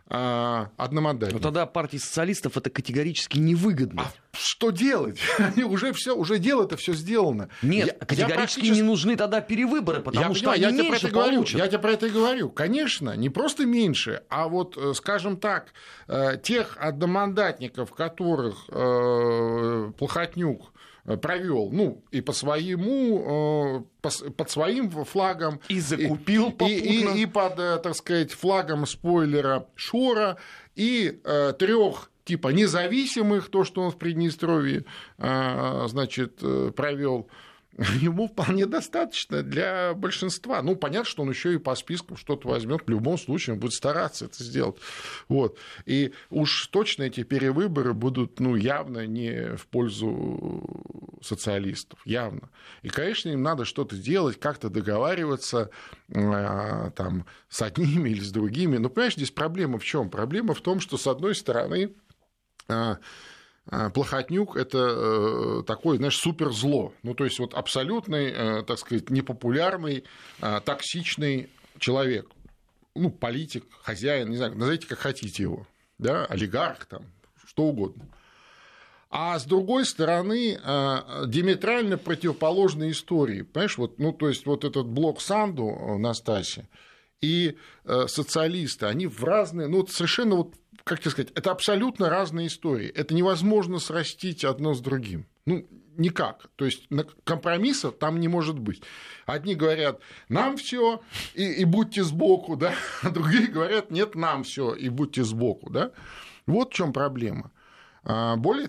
Speaker 3: одномандатников.
Speaker 1: Но тогда партии социалистов это категорически невыгодно.
Speaker 3: А что делать? уже все, уже дело-то все сделано.
Speaker 1: Нет,
Speaker 3: я,
Speaker 1: категорически
Speaker 3: я практически...
Speaker 1: не нужны тогда перевыборы, потому
Speaker 3: я
Speaker 1: что
Speaker 3: понимаю,
Speaker 1: они
Speaker 3: я
Speaker 1: меньше
Speaker 3: тебе про это
Speaker 1: получат.
Speaker 3: Говорю, я тебе про это и говорю. Конечно, не просто меньше, а вот, скажем так, тех одномандатников, которых Плохотнюк провел, ну, и по своему, под своим флагом. И
Speaker 1: закупил попутно.
Speaker 3: И, и, и под, так сказать, флагом спойлера Шора, и э, трех типа независимых, то, что он в Приднестровье, э, значит, провел. Ему вполне достаточно для большинства. Ну, понятно, что он еще и по спискам что-то возьмет. В любом случае, он будет стараться это сделать. Вот. И уж точно эти перевыборы будут, ну, явно не в пользу социалистов. Явно. И, конечно, им надо что-то делать, как-то договариваться э, там, с одними или с другими. Но, понимаешь, здесь проблема в чем? Проблема в том, что, с одной стороны, э, Плохотнюк – это такое, знаешь, суперзло. Ну, то есть, вот абсолютный, так сказать, непопулярный, токсичный человек. Ну, политик, хозяин, не знаю, назовите, как хотите его. Да? Олигарх, там, что угодно. А с другой стороны, диаметрально противоположные истории. Понимаешь, вот, ну, то есть, вот этот блок Санду, Настасья, и социалисты, они в разные, ну, совершенно вот, как тебе сказать, это абсолютно разные истории. Это невозможно срастить одно с другим. Ну, никак. То есть компромисса там не может быть. Одни говорят, нам все и, и будьте сбоку, да, а другие говорят, нет, нам все и будьте сбоку, да. Вот в чем проблема. Более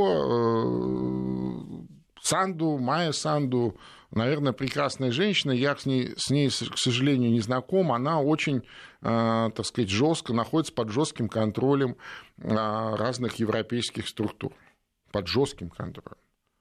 Speaker 3: того, Санду, Майя Санду, наверное, прекрасная женщина, я с ней, с ней, к сожалению, не знаком, она очень, так сказать, жестко находится под жестким контролем разных европейских структур, под жестким контролем.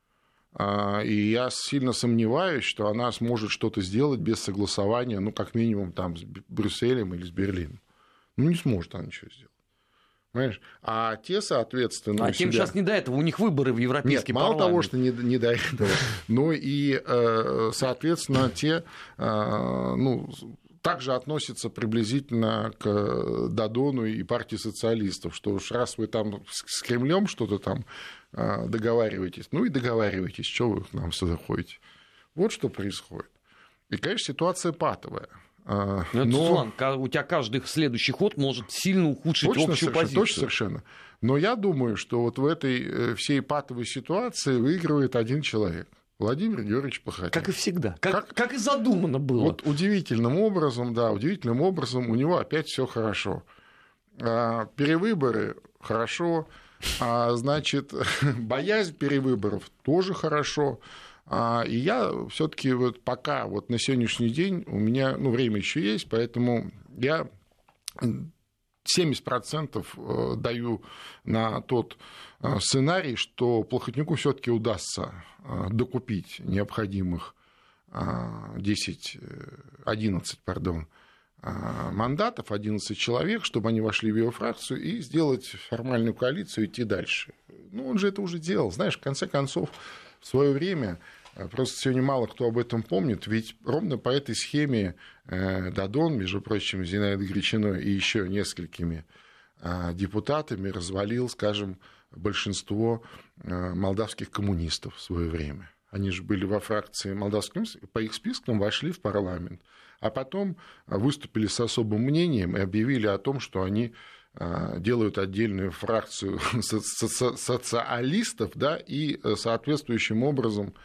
Speaker 3: И я сильно сомневаюсь, что она сможет что-то сделать без согласования, ну, как минимум, там, с Брюсселем или с Берлином. Ну, не сможет она ничего сделать. Понимаешь? А те, соответственно...
Speaker 1: А тем себя... сейчас не до этого, у них выборы в Европейский
Speaker 3: Нет,
Speaker 1: парламент.
Speaker 3: мало того, что не, не до этого, но и, соответственно, те, ну, также относятся приблизительно к Додону и партии социалистов, что уж раз вы там с Кремлем что-то там договариваетесь, ну и договариваетесь, что вы к нам сюда ходите. Вот что происходит. И, конечно, ситуация патовая.
Speaker 1: Но, но... Суслан, у тебя каждый следующий ход может сильно ухудшить
Speaker 3: точно,
Speaker 1: общую позицию.
Speaker 3: Точно, совершенно. Но я думаю, что вот в этой всей патовой ситуации выигрывает один человек. Владимир Георгиевич Плохотнюк.
Speaker 1: Как и всегда. Как, как... как и задумано было.
Speaker 3: Вот удивительным образом, да, удивительным образом у него опять все хорошо. Перевыборы хорошо, а, значит, боязнь перевыборов тоже хорошо. И я все-таки вот пока вот на сегодняшний день у меня, ну, время еще есть, поэтому я семьдесят процентов даю на тот сценарий, что Плохотнюку все-таки удастся докупить необходимых десять, одиннадцать, пардон, мандатов, одиннадцать человек, чтобы они вошли в его фракцию и сделать формальную коалицию и идти дальше. Ну, он же это уже делал. Знаешь, в конце концов, в свое время, просто сегодня мало кто об этом помнит, ведь ровно по этой схеме Додон, между прочим, Зинаидой Гречиной и еще несколькими депутатами развалил, скажем, большинство молдавских коммунистов в свое время. Они же были во фракции молдавских, по их спискам вошли в парламент, а потом выступили с особым мнением и объявили о том, что они делают отдельную фракцию социалистов, да, и соответствующим образом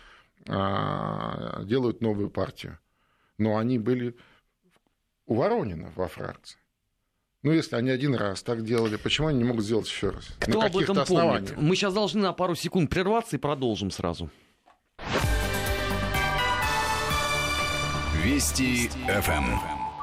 Speaker 3: делают новую партию. Но они были у Воронина во фракции. Ну, если они один раз так делали, почему они не могут сделать еще раз?
Speaker 1: Кто об этом помнит? Мы сейчас должны на пару секунд прерваться и продолжим сразу.
Speaker 2: Вести эф эм.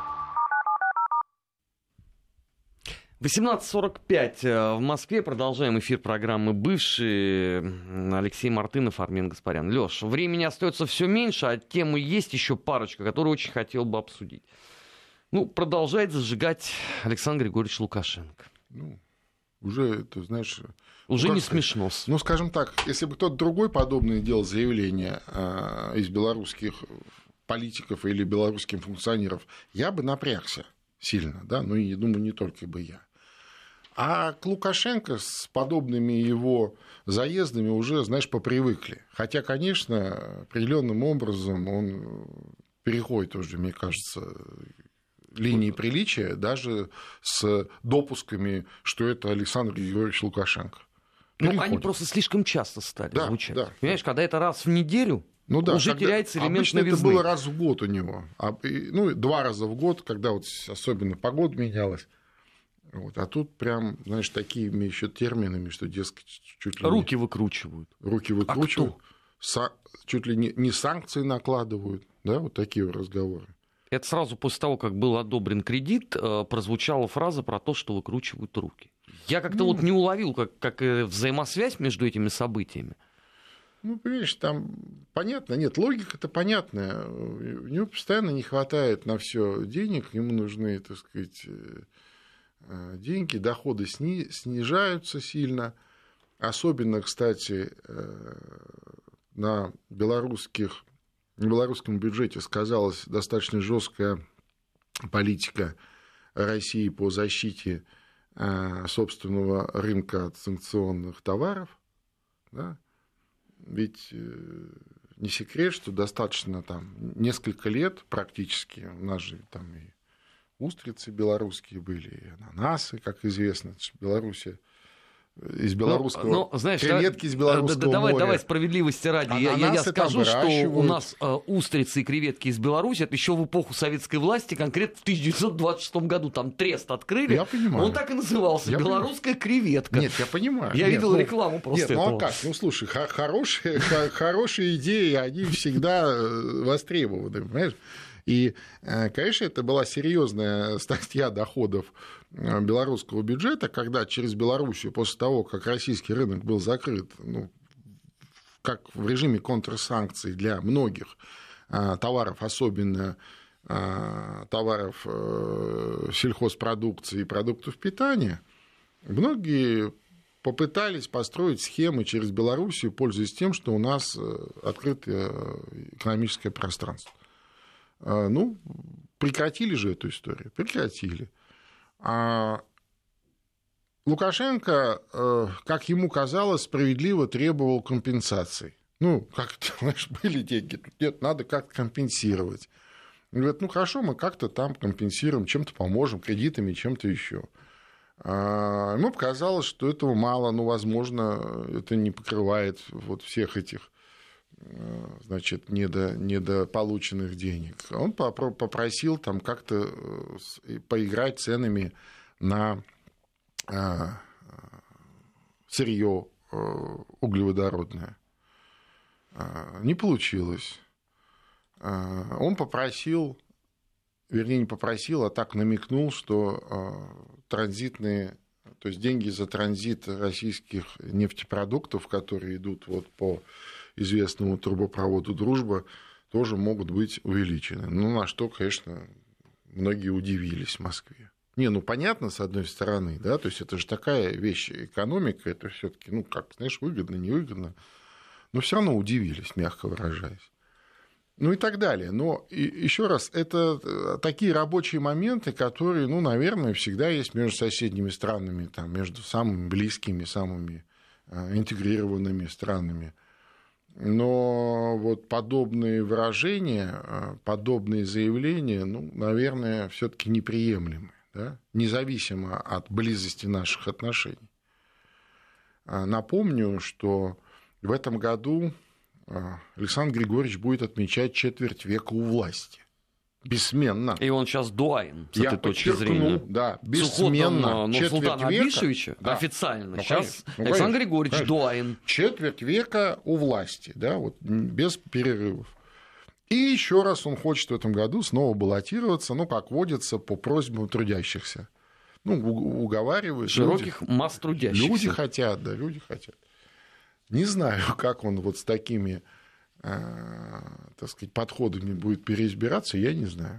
Speaker 1: восемнадцать сорок пять в Москве. Продолжаем эфир программы «Бывшие». Алексей Мартынов, Армен Гаспарян. Лёш, времени остается все меньше, а темы есть еще парочка, которую очень хотел бы обсудить. Ну, продолжает зажигать Александр Григорьевич Лукашенко.
Speaker 3: Ну, уже, ты знаешь...
Speaker 1: Уже
Speaker 3: ну,
Speaker 1: не
Speaker 3: сказать?
Speaker 1: смешно.
Speaker 3: Ну, скажем так, если бы кто-то другой подобное делал заявление э, из белорусских политиков или белорусских функционеров, я бы напрягся сильно, да, ну и, думаю, не только бы я. А к Лукашенко с подобными его заездами уже, знаешь, попривыкли. Хотя, конечно, определенным образом он переходит уже, мне кажется, линии приличия, даже с допусками, что это Александр Григорьевич Лукашенко.
Speaker 1: Ну, они просто слишком часто стали
Speaker 3: да,
Speaker 1: звучать.
Speaker 3: Да.
Speaker 1: Понимаешь, когда это раз в неделю, ну, да, уже теряется элемент
Speaker 3: обычно
Speaker 1: новизны.
Speaker 3: Это было раз в год у него. Ну, два раза в год, когда вот особенно погода менялась. Вот. А тут прям, знаешь, такими еще терминами, что, дескать, чуть ли
Speaker 1: руки
Speaker 3: не...
Speaker 1: выкручивают.
Speaker 3: Руки выкручивают. А Са... Чуть ли не... не санкции накладывают. Да, вот такие разговоры.
Speaker 1: Это сразу после того, как был одобрен кредит, прозвучала фраза про то, что выкручивают руки. Я как-то ну... вот не уловил, как, как взаимосвязь между этими событиями.
Speaker 3: Ну, понимаешь, там понятно, нет, логика-то понятная. У него постоянно не хватает на все денег, ему нужны, так сказать, деньги, доходы сни... снижаются сильно. Особенно, кстати, на белорусских, на белорусском бюджете сказалась достаточно жесткая политика России по защите собственного рынка от санкционных товаров. Да? Ведь не секрет, что достаточно там несколько лет практически, у нас же там и устрицы белорусские были, и ананасы, как известно, Белоруссия. Из белорусского,
Speaker 1: ну, ну, знаешь,
Speaker 3: креветки из белорусского
Speaker 1: да, давай,
Speaker 3: моря.
Speaker 1: Давай справедливости ради. Я, я, я скажу, что у нас э, устрицы и креветки из Беларуси, это еще в эпоху советской власти, конкретно в тысяча девятьсот двадцать шестом году там трест открыли.
Speaker 3: Я понимаю.
Speaker 1: Он так и назывался, я белорусская понимаю. Креветка.
Speaker 3: Нет, я понимаю.
Speaker 1: Я
Speaker 3: нет,
Speaker 1: видел
Speaker 3: ну,
Speaker 1: рекламу просто
Speaker 3: нет,
Speaker 1: этого.
Speaker 3: Ну а как? Ну слушай, хорошие, хорошие идеи, они всегда востребованы, понимаешь? И, конечно, это была серьезная статья доходов белорусского бюджета, когда через Белоруссию, после того, как российский рынок был закрыт, ну, как в режиме контрсанкций для многих товаров, особенно товаров сельхозпродукции и продуктов питания, многие попытались построить схемы через Белоруссию, пользуясь тем, что у нас открытое экономическое пространство. Ну, прекратили же эту историю, прекратили. А Лукашенко, как ему казалось, справедливо требовал компенсаций. Ну, как-то, знаешь, были деньги, тут нет, надо как-то компенсировать. Он говорит, ну, хорошо, мы как-то там компенсируем, чем-то поможем, кредитами, чем-то еще. А ему показалось, что этого мало, ну, возможно, это не покрывает вот всех этих, значит, недо, недополученных денег. Он попросил там как-то поиграть ценами на сырье углеводородное. Не получилось. Он попросил, вернее, не попросил, а так намекнул, что транзитные, то есть деньги за транзит российских нефтепродуктов, которые идут вот по известному трубопроводу «Дружба», тоже могут быть увеличены. Ну, на что, конечно, многие удивились в Москве. Не, ну, понятно, с одной стороны, да, то есть это же такая вещь, экономика, это все таки ну, как, знаешь, выгодно, невыгодно, но все равно удивились, мягко выражаясь. Ну, и так далее. Но, еще раз, это такие рабочие моменты, которые, ну, наверное, всегда есть между соседними странами, там, между самыми близкими, самыми интегрированными странами. Но вот подобные выражения, подобные заявления, ну, наверное, все-таки неприемлемы, да? Независимо от близости наших отношений. Напомню, что в этом году Александр Григорьевич будет отмечать четверть века у власти. Бессменно.
Speaker 1: И он сейчас дуайн, с
Speaker 3: Я
Speaker 1: этой точки зрения.
Speaker 3: Да, бессменно.
Speaker 1: С уходом Нурсултана Абишевича, да, официально. Ну, сейчас ну, Александр Григорьевич конечно. дуайн.
Speaker 3: Четверть века у власти, да, вот, без перерывов. И еще раз он хочет в этом году снова баллотироваться, ну, как водится, по просьбам трудящихся. Ну, уговаривает.
Speaker 1: Широких люди, масс трудящихся.
Speaker 3: Люди хотят, да, люди хотят. Не знаю, как он вот с такими, так сказать, подходами будет переизбираться, я не знаю.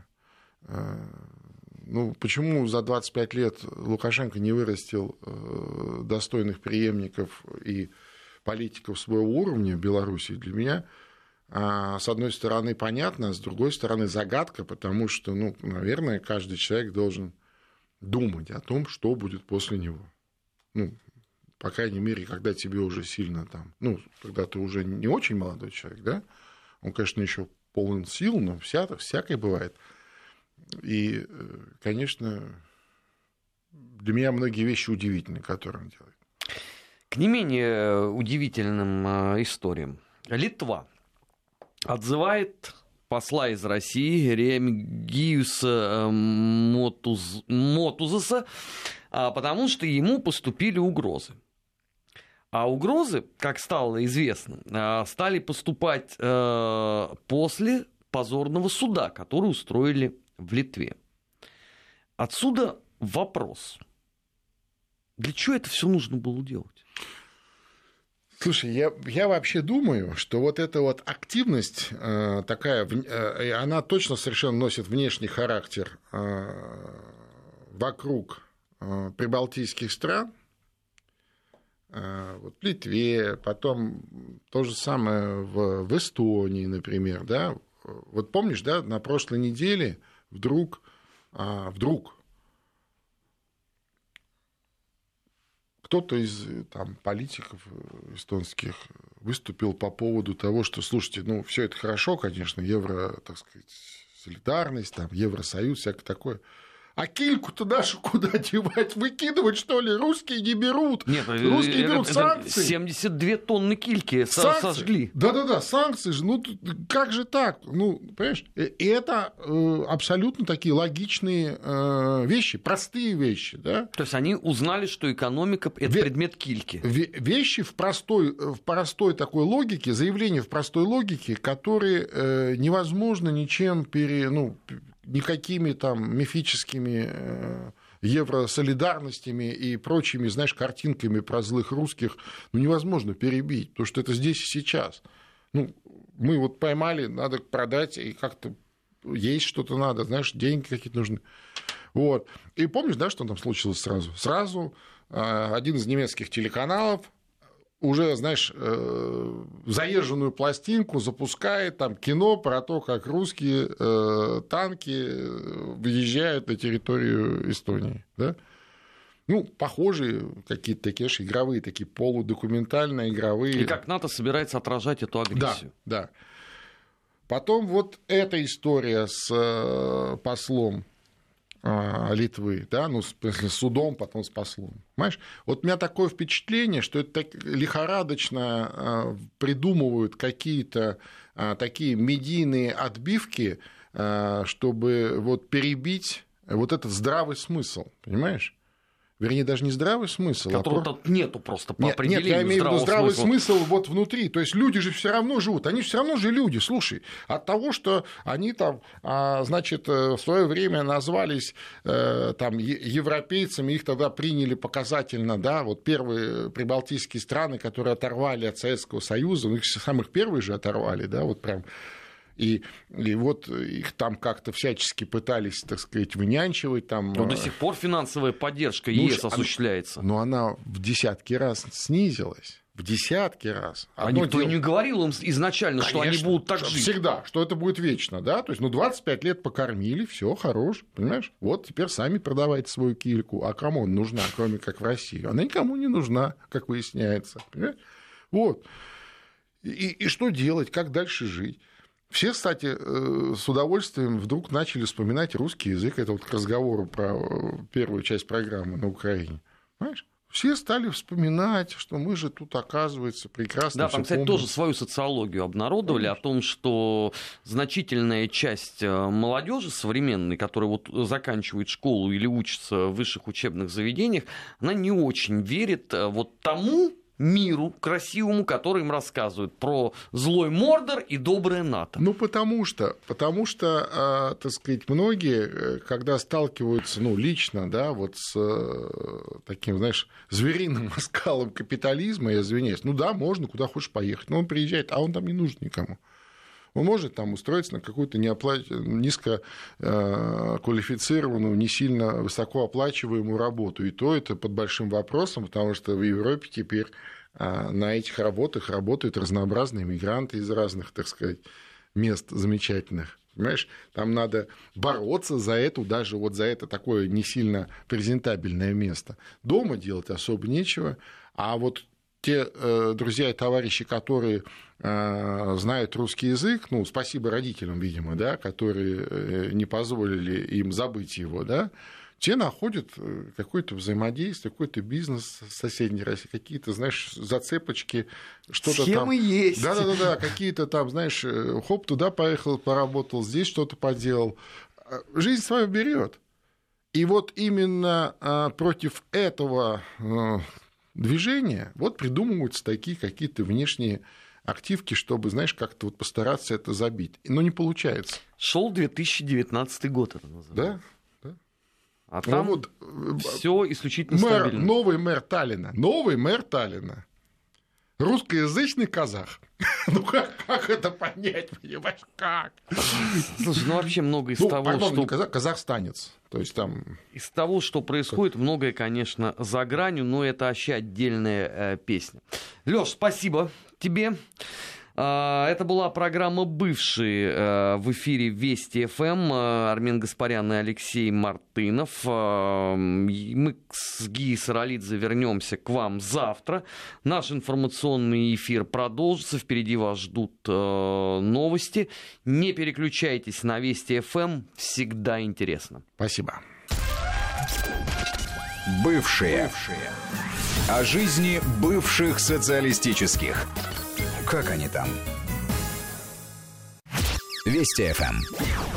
Speaker 3: Ну, почему за двадцать пять лет Лукашенко не вырастил достойных преемников и политиков своего уровня в Беларуси, для меня, с одной стороны, понятно, а с другой стороны, загадка, потому что, ну, наверное, каждый человек должен думать о том, что будет после него. ну, по крайней мере, когда тебе уже сильно там, ну, когда ты уже не очень молодой человек, да, он, конечно, еще полон сил, но вся, всякое бывает. И, конечно, для меня многие вещи удивительны, которые он делает.
Speaker 1: К не менее удивительным историям. Литва отзывает посла из России Ремигиюса Мотуз... Мотузаса, потому что ему поступили угрозы. А угрозы, как стало известно, стали поступать после позорного суда, который устроили в Литве. Отсюда вопрос. Для чего это все нужно было делать?
Speaker 3: Слушай, я, я вообще думаю, что вот эта вот активность э, такая, э, она точно совершенно носит внешний характер э, вокруг э, прибалтийских стран, э, вот в Литве, потом то же самое в, в Эстонии, например, да. Вот помнишь, да, на прошлой неделе вдруг, э, вдруг кто-то из там, политиков эстонских выступил по поводу того, что, слушайте, ну, все это хорошо, конечно, евро, так сказать, солидарность, там, Евросоюз, всякое такое. А кильку-то нашу куда девать? Выкидывать, что ли? Русские не берут.
Speaker 1: Нет,
Speaker 3: русские
Speaker 1: это,
Speaker 3: берут
Speaker 1: это
Speaker 3: санкции.
Speaker 1: семьдесят две тонны кильки
Speaker 3: санкции.
Speaker 1: сожгли.
Speaker 3: Да-да-да, санкции же. Ну, как же так? Ну, понимаешь? И это э, абсолютно такие логичные э, вещи, простые вещи. Да?
Speaker 1: То есть они узнали, что экономика – это Ве- предмет кильки.
Speaker 3: Вещи в простой, в простой такой логике, заявления в простой логике, которые э, невозможно ничем пере... Ну, никакими там мифическими э, евросолидарностями и прочими, знаешь, картинками про злых русских, ну, невозможно перебить, потому что это здесь и сейчас. Ну, мы вот поймали, надо продать, и как-то есть что-то надо, знаешь, деньги какие-то нужны. Вот. И помнишь, да, что там случилось сразу? Сразу э, один из немецких телеканалов уже, знаешь, э, заезженную пластинку запускает, там кино про то, как русские э, танки въезжают на территорию Эстонии, да? Ну, похожие какие-то такие же игровые, такие полудокументальные, игровые.
Speaker 1: И как НАТО собирается отражать эту агрессию.
Speaker 3: Да, да. Потом вот эта история с э, послом Литвы, да, ну, с судом, потом с послом. Понимаешь? Вот у меня такое впечатление, что это так лихорадочно придумывают какие-то такие медийные отбивки, чтобы вот перебить вот этот здравый смысл, понимаешь? Вернее, даже не здравый смысл.
Speaker 1: Которого-то а... нету просто по
Speaker 3: нет,
Speaker 1: определению.
Speaker 3: Нет, я имею в виду здравый
Speaker 1: смысла.
Speaker 3: смысл вот внутри. То есть люди же все равно живут. Они все равно же люди. Слушай, от того, что они там, значит, в свое время назвались там европейцами, их тогда приняли показательно, да, вот первые прибалтийские страны, которые оторвали от Советского Союза, их самых первых же оторвали, да, вот прям. И, и вот их там как-то всячески пытались, так сказать, вынянчивать. Там...
Speaker 1: Но до сих пор финансовая поддержка ну, ЕС осуществляется.
Speaker 3: Но она в десятки раз снизилась. В десятки раз.
Speaker 1: А Одно никто дело... и не говорил им изначально, конечно, что они будут так жить.
Speaker 3: Всегда, что это будет вечно, да? То есть, ну, двадцать пять лет покормили, все хорош, понимаешь? Вот теперь сами продавайте свою кильку. А кому она нужна, кроме как в России? Она никому не нужна, как выясняется. Понимаешь? Вот. И, и что делать? Как дальше жить? Все, кстати, с удовольствием вдруг начали вспоминать русский язык. Это вот к разговору про первую часть программы на Украине. Понимаешь? Все стали вспоминать, что мы же тут, оказывается, прекрасно.
Speaker 1: Да, там, кстати,
Speaker 3: помним.
Speaker 1: тоже свою социологию обнародовали. Конечно. О том, что значительная часть молодежи современной, которая вот заканчивает школу или учится в высших учебных заведениях, она не очень верит вот тому миру красивому, который им рассказывают про злой Мордор и доброе НАТО.
Speaker 3: Ну, потому что, потому что, э, так сказать, многие, когда сталкиваются, ну, лично, да, вот с э, таким, знаешь, звериным оскалом капитализма, я извиняюсь, ну да, можно куда хочешь поехать, но он приезжает, а он там не нужен никому. Он может там устроиться на какую-то неоплат... низкоквалифицированную, не сильно высокооплачиваемую работу. И то это под большим вопросом, потому что в Европе теперь на этих работах работают разнообразные мигранты из разных, так сказать, мест замечательных. Понимаешь, там надо бороться за эту, даже вот за это такое не сильно презентабельное место. Дома делать особо нечего, а вот те э, друзья и товарищи, которые э, знают русский язык, ну, спасибо родителям, видимо, да, которые э, не позволили им забыть его, да, те находят какое-то взаимодействие, какой-то бизнес в соседней России, какие-то, знаешь, зацепочки, что-то
Speaker 1: Схемы
Speaker 3: там.
Speaker 1: есть.
Speaker 3: Да-да-да, какие-то там, знаешь, хоп, туда поехал, поработал, здесь что-то поделал. Жизнь свою берет. И вот именно против этого движения вот придумываются такие какие-то внешние активки, чтобы, знаешь, как-то вот постараться это забить. Но не получается.
Speaker 1: Шел две тысячи девятнадцатый год, это называется.
Speaker 3: Да.
Speaker 1: А там
Speaker 3: ну, вот,
Speaker 1: все исключительно
Speaker 3: мэр,
Speaker 1: стабильно.
Speaker 3: Новый мэр Таллина. Новый мэр Таллина. Русскоязычный казах. Ну как, как это понять, понимаешь, как?
Speaker 1: Слушай, ну вообще много из
Speaker 3: ну,
Speaker 1: того,
Speaker 3: пардон,
Speaker 1: что...
Speaker 3: Казах, казахстанец. То есть там...
Speaker 1: Из того, что происходит, многое, конечно, за гранью, но это вообще отдельная э, песня. Лёш, спасибо тебе. Это была программа «Бывшие» в эфире Вести эф эм. Армен Гаспарян и Алексей Мартынов. Мы с Гией Саралидзе вернемся к вам завтра. Наш информационный эфир продолжится. Впереди вас ждут новости. Не переключайтесь на Вести эф эм. Всегда интересно.
Speaker 3: Спасибо.
Speaker 2: Бывшие. Бывшие. О жизни бывших социалистических. Как они там? Вести эф эм.